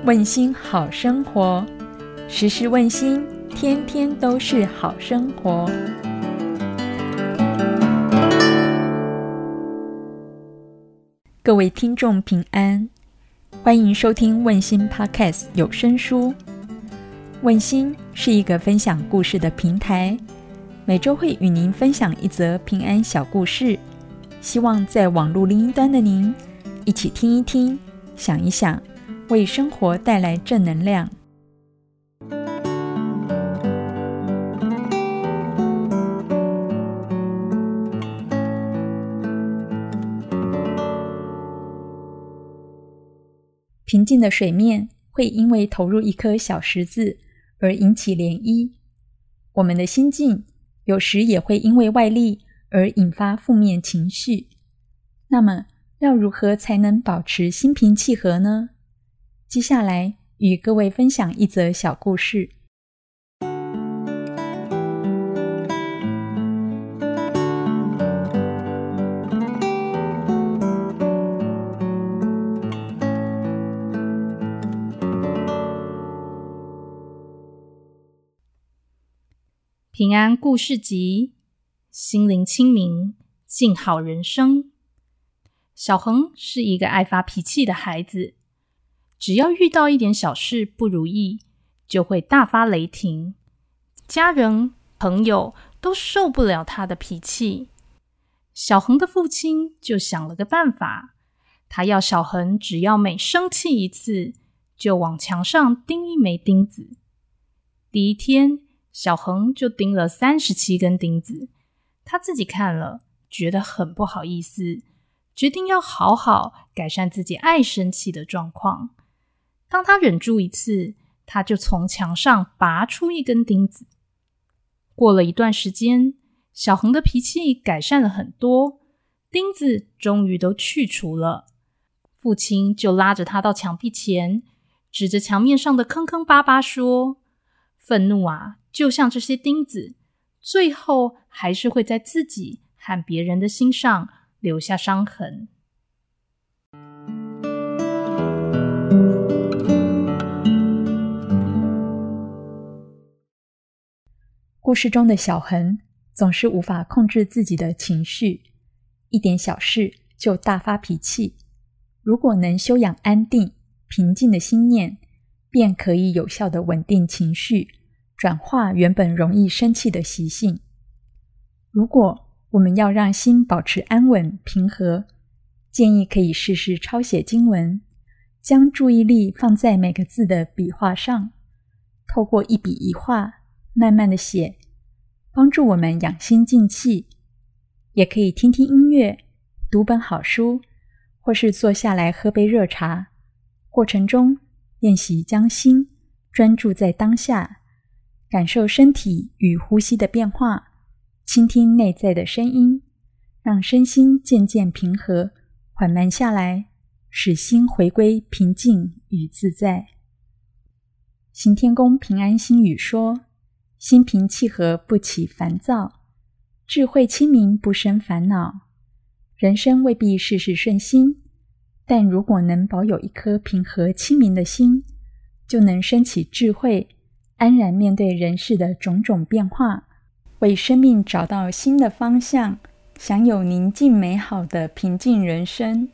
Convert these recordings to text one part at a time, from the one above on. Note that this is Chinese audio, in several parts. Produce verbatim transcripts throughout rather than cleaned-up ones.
问心好生活，时时问心，天天都是好生活。各位听众平安，欢迎收听问心 Podcast 有声书。问心是一个分享故事的平台，每周会与您分享一则平安小故事，希望在网络另一端的您一起听一听，想一想，为生活带来正能量。平静的水面会因为投入一颗小石子而引起涟漪，我们的心境有时也会因为外力而引发负面情绪。那么要如何才能保持心平气和呢？接下来与各位分享一则小故事。 平安故事集，心灵清明，静好人生。小恒是一个爱发脾气的孩子，只要遇到一点小事不如意，就会大发雷霆，家人、朋友都受不了他的脾气。小恒的父亲就想了个办法，他要小恒只要每生气一次，就往墙上钉一枚钉子。第一天，小恒就钉了三十七根钉子，他自己看了，觉得很不好意思，决定要好好改善自己爱生气的状况。当他忍住一次，他就从墙上拔出一根钉子。过了一段时间，小恒的脾气改善了很多，钉子终于都去除了。父亲就拉着他到墙壁前，指着墙面上的坑坑巴巴说：愤怒啊，就像这些钉子，最后还是会在自己和别人的心上留下伤痕。 故事中的小恒总是无法控制自己的情绪，一点小事就大发脾气。如果能修养安定、平静的心念，便可以有效地稳定情绪，转化原本容易生气的习性。如果我们要让心保持安稳平和，建议可以试试抄写经文，将注意力放在每个字的笔画上，透过一笔一画慢慢的写，帮助我们养心静气。也可以听听音乐，读本好书，或是坐下来喝杯热茶，过程中练习将心专注在当下，感受身体与呼吸的变化，倾听内在的声音，让身心渐渐平和，缓慢下来，使心回归平静与自在。行天宫平安心语说：心平气和不起烦躁，智慧清明不生烦恼。人生未必事事顺心，但如果能保有一颗平和清明的心，就能升起智慧，安然面对人世的种种变化，为生命找到新的方向，享有宁静美好的平静人生。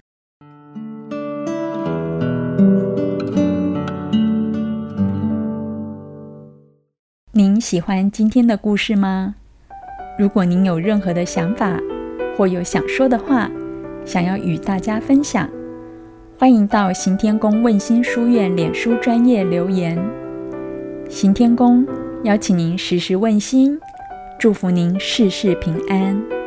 您喜欢今天的故事吗？如果您有任何的想法，或有想说的话，想要与大家分享，欢迎到行天宫问心书院脸书专页留言。行天宫邀请您时时问心，祝福您事事平安。